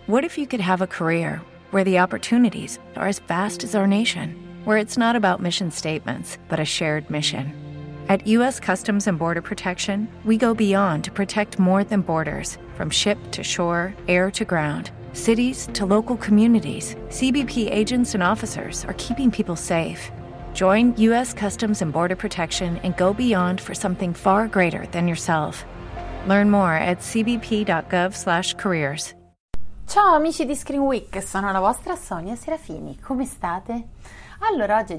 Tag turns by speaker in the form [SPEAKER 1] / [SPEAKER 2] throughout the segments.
[SPEAKER 1] What if you could have a career where the opportunities are as vast as our nation, where it's not about mission statements, but a shared mission? At U.S. Customs and Border Protection, we go beyond to protect more than borders. From ship to shore, air to ground, cities to local communities, CBP agents and officers are keeping people safe. Join U.S. Customs and Border Protection and go beyond for something far greater than yourself. Learn more at cbp.gov/careers.
[SPEAKER 2] Ciao amici di Screen Week, sono la vostra Sonia Serafini, come state? Allora, oggi è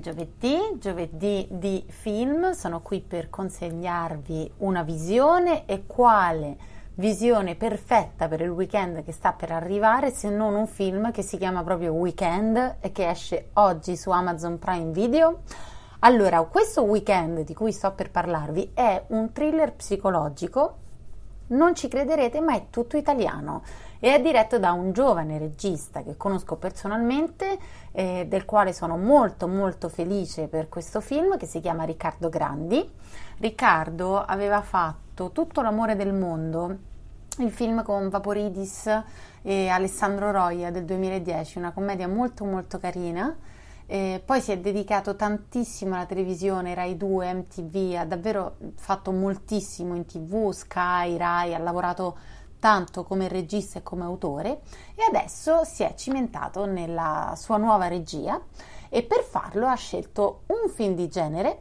[SPEAKER 2] giovedì di film, sono qui per consegnarvi una visione e quale visione perfetta per il weekend che sta per arrivare, se non un film che si chiama proprio Weekend e che esce oggi su Amazon Prime Video. Allora, questo Weekend di cui sto per parlarvi è un thriller psicologico, non ci crederete ma è tutto italiano e è diretto da un giovane regista che conosco personalmente, del quale sono molto molto felice per questo film, che si chiama Riccardo Grandi. Riccardo aveva fatto Tutto l'amore del mondo, il film con Vaporidis e Alessandro Roia del 2010, una commedia molto molto carina. Poi si è dedicato tantissimo alla televisione, Rai 2, MTV, ha davvero fatto moltissimo in TV, Sky, Rai, ha lavorato tanto come regista e come autore e adesso si è cimentato nella sua nuova regia e per farlo ha scelto un film di genere,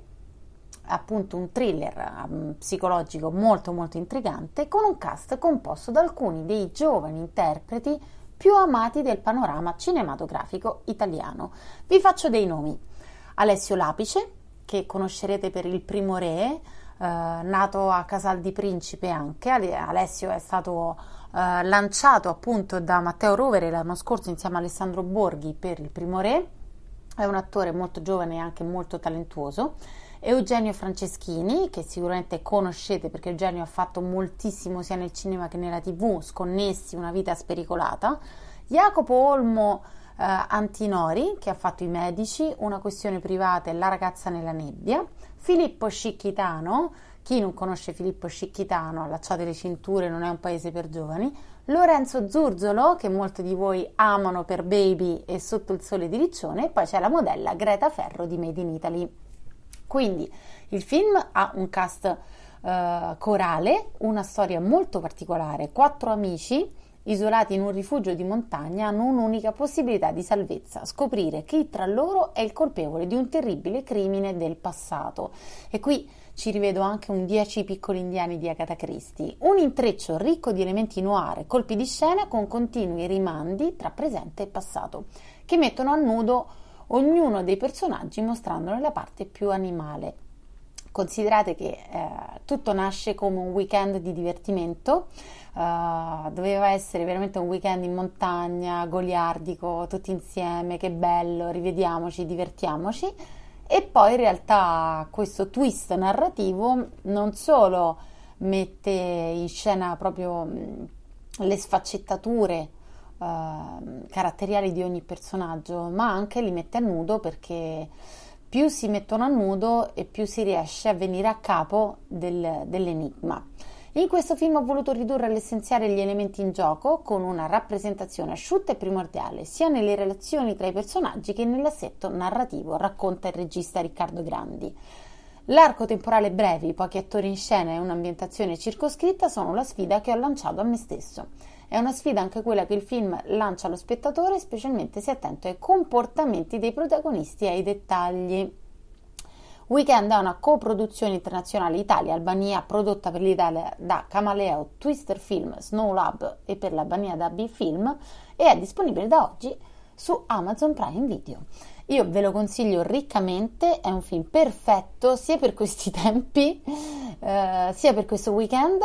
[SPEAKER 2] appunto un thriller psicologico molto molto intrigante, con un cast composto da alcuni dei giovani interpreti più amati del panorama cinematografico italiano. Vi faccio dei nomi: Alessio Lapice, che conoscerete per Il Primo Re, nato a Casal di Principe anche. Alessio è stato lanciato appunto da Matteo Rovere l'anno scorso insieme a Alessandro Borghi per Il Primo Re, è un attore molto giovane e anche molto talentuoso. Eugenio Franceschini, che sicuramente conoscete perché Eugenio ha fatto moltissimo sia nel cinema che nella TV, Sconnessi, Una vita spericolata. Jacopo Olmo Antinori, che ha fatto I Medici, Una questione privata e La ragazza nella nebbia. Filippo Scicchitano, chi non conosce Filippo Scicchitano, Allacciate le cinture, non è un paese per giovani. Lorenzo Zurzolo, che molti di voi amano per Baby e Sotto il sole di Riccione, e poi c'è la modella Greta Ferro di Made in Italy. Quindi il film ha un cast corale, una storia molto particolare. 4 amici isolati in un rifugio di montagna hanno un'unica possibilità di salvezza: scoprire chi tra loro è il colpevole di un terribile crimine del passato. E qui ci rivedo anche un 10 piccoli indiani di Agatha Christie, un intreccio ricco di elementi noir e colpi di scena con continui rimandi tra presente e passato che mettono a nudo ognuno dei personaggi mostrandone la parte più animale. Considerate che tutto nasce come un weekend di divertimento, doveva essere veramente un weekend in montagna, goliardico, tutti insieme, che bello, rivediamoci, divertiamoci, e poi in realtà questo twist narrativo non solo mette in scena proprio le sfaccettature caratteriali di ogni personaggio, ma anche li mette a nudo, perché più si mettono a nudo e più si riesce a venire a capo dell'enigma. In questo film ho voluto ridurre all'essenziale gli elementi in gioco con una rappresentazione asciutta e primordiale sia nelle relazioni tra i personaggi che nell'assetto narrativo, racconta il regista Riccardo Grandi. L'arco temporale breve, i pochi attori in scena e un'ambientazione circoscritta sono la sfida che ho lanciato a me stesso. È una sfida anche quella che il film lancia allo spettatore, specialmente se attento ai comportamenti dei protagonisti e ai dettagli. Weekend è una coproduzione internazionale Italia-Albania, prodotta per l'Italia da Camaleo, Twister Film, Snow Lab e per l'Albania da B-Film, e è disponibile da oggi su Amazon Prime Video. Io ve lo consiglio riccamente, è un film perfetto sia per questi tempi sia per questo weekend.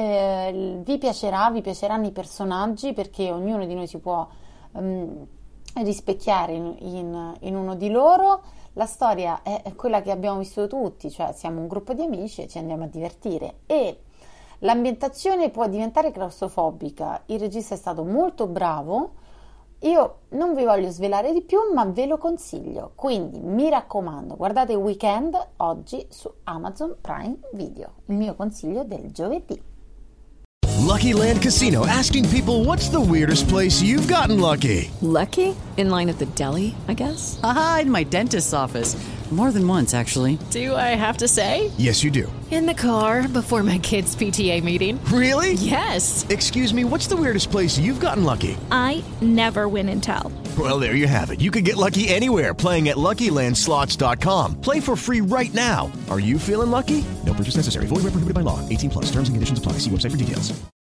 [SPEAKER 2] Vi piaceranno i personaggi, perché ognuno di noi si può rispecchiare in uno di loro. La storia è quella che abbiamo vissuto tutti, cioè siamo un gruppo di amici e ci andiamo a divertire, e l'ambientazione può diventare claustrofobica. Il regista è stato molto bravo. Io non vi voglio svelare di più, ma ve lo consiglio, quindi mi raccomando, guardate Weekend oggi su Amazon Prime Video, il mio consiglio del giovedì.
[SPEAKER 3] Lucky Land Casino, asking people, what's the weirdest place you've gotten lucky?
[SPEAKER 4] Lucky? In line at the deli, I guess?
[SPEAKER 5] Aha, in my dentist's office. More than once, actually.
[SPEAKER 4] Do I have to say?
[SPEAKER 3] Yes, you do.
[SPEAKER 4] In the car before my kids' PTA meeting.
[SPEAKER 3] Really?
[SPEAKER 4] Yes.
[SPEAKER 3] Excuse me, what's the weirdest place you've gotten lucky?
[SPEAKER 6] I never win and tell.
[SPEAKER 3] Well, there you have it. You can get lucky anywhere, playing at LuckyLandSlots.com. Play for free right now. Are you feeling lucky? No purchase necessary. Void where prohibited by law. 18 plus. Terms and conditions apply. See website for details.